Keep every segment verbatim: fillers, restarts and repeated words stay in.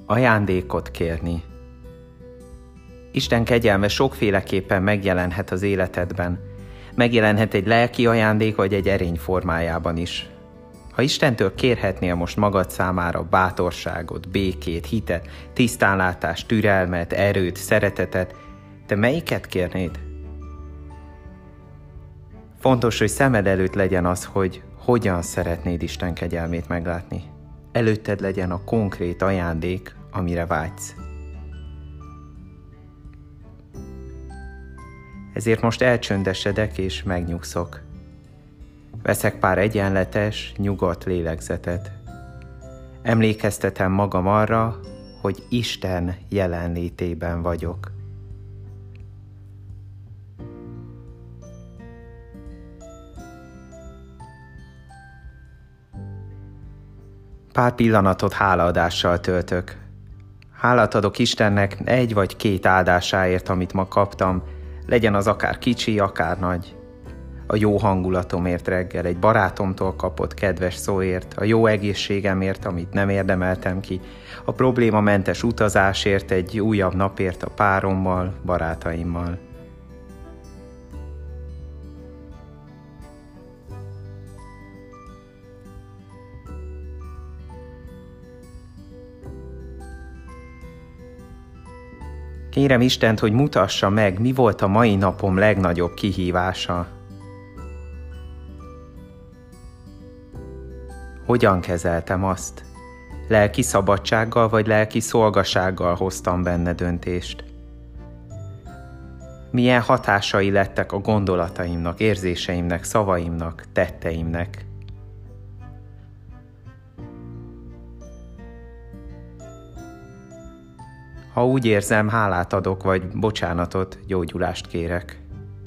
Ajándékot kérni. Isten kegyelme sokféleképpen megjelenhet az életedben. Megjelenhet egy lelki ajándék, vagy egy erény formájában is. Ha Istentől kérhetnél most magad számára bátorságot, békét, hitet, tisztánlátást, türelmet, erőt, szeretetet, te melyiket kérnéd? Fontos, hogy szemed előtt legyen az, hogy hogyan szeretnéd Isten kegyelmét meglátni. Előtted legyen a konkrét ajándék, amire vágysz. Ezért most elcsöndesedek és megnyugszok. Veszek pár egyenletes, nyugodt lélegzetet. Emlékeztetem magam arra, hogy Isten jelenlétében vagyok. Pár pillanatot hálaadással töltök. Hálát adok Istennek egy vagy két áldásáért, amit ma kaptam, legyen az akár kicsi, akár nagy. A jó hangulatomért reggel, egy barátomtól kapott kedves szóért, a jó egészségemért, amit nem érdemeltem ki, a problémamentes utazásért, egy újabb napért a párommal, barátaimmal. Kérem Istent, hogy mutassa meg, mi volt a mai napom legnagyobb kihívása. Hogyan kezeltem azt? Lelki szabadsággal vagy lelki szolgasággal hoztam benne döntést? Milyen hatásai lettek a gondolataimnak, érzéseimnek, szavaimnak, tetteimnek? Ha úgy érzem, hálát adok, vagy bocsánatot, gyógyulást kérek.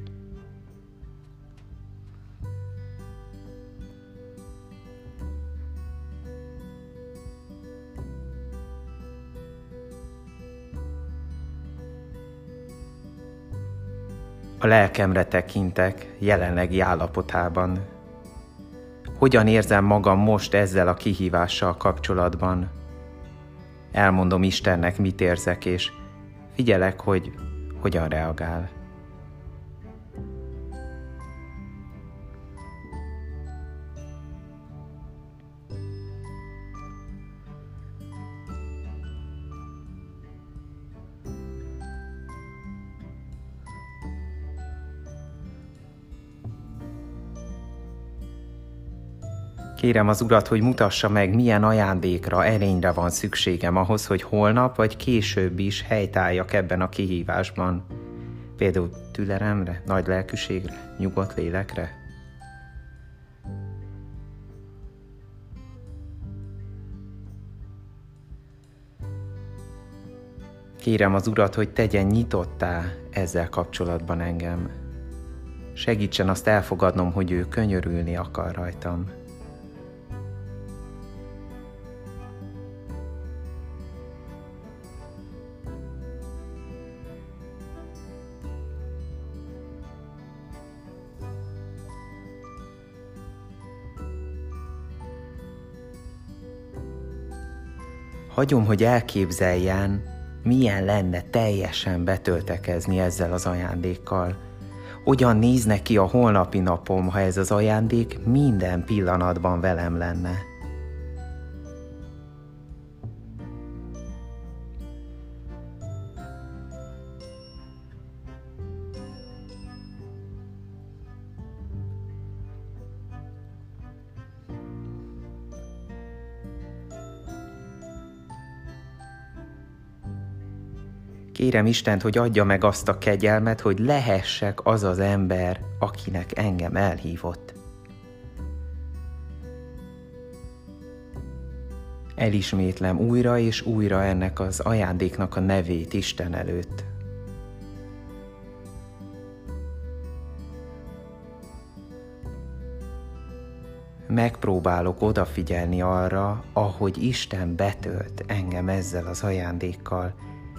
A lelkemre tekintek jelenlegi állapotában. Hogyan érzem magam most ezzel a kihívással kapcsolatban? Elmondom Istennek, mit érzek, és figyelek, hogy hogyan reagál. Kérem az Urat, hogy mutassa meg, milyen ajándékra, erényre van szükségem ahhoz, hogy holnap vagy később is helytálljak ebben a kihívásban. Például türelemre, nagy lelkűségre, nyugodt lélekre. Kérem az Urat, hogy tegyen nyitottá ezzel kapcsolatban engem. Segítsen azt elfogadnom, hogy ő könyörülni akar rajtam. Hagyom, hogy elképzeljen, milyen lenne teljesen betöltekezni ezzel az ajándékkal. Hogyan nézne ki a holnapi napom, ha ez az ajándék minden pillanatban velem lenne. Kérem Istent, hogy adja meg azt a kegyelmet, hogy lehessek az az ember, akinek engem elhívott. Elismétlem újra és újra ennek az ajándéknak a nevét Isten előtt. Megpróbálok odafigyelni arra, ahogy Isten betölt engem ezzel az ajándékkal.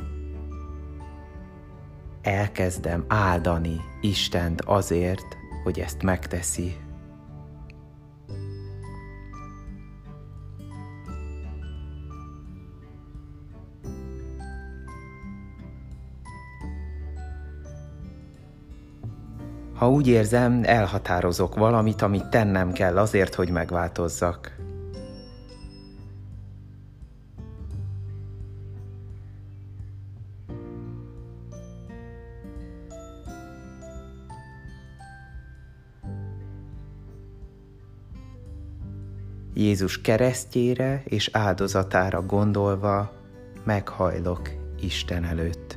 Elkezdem áldani Istent azért, hogy ezt megteszi. Ha úgy érzem, elhatározok valamit, amit tennem kell azért, hogy megváltozzak. Jézus keresztjére és áldozatára gondolva meghajlok Isten előtt.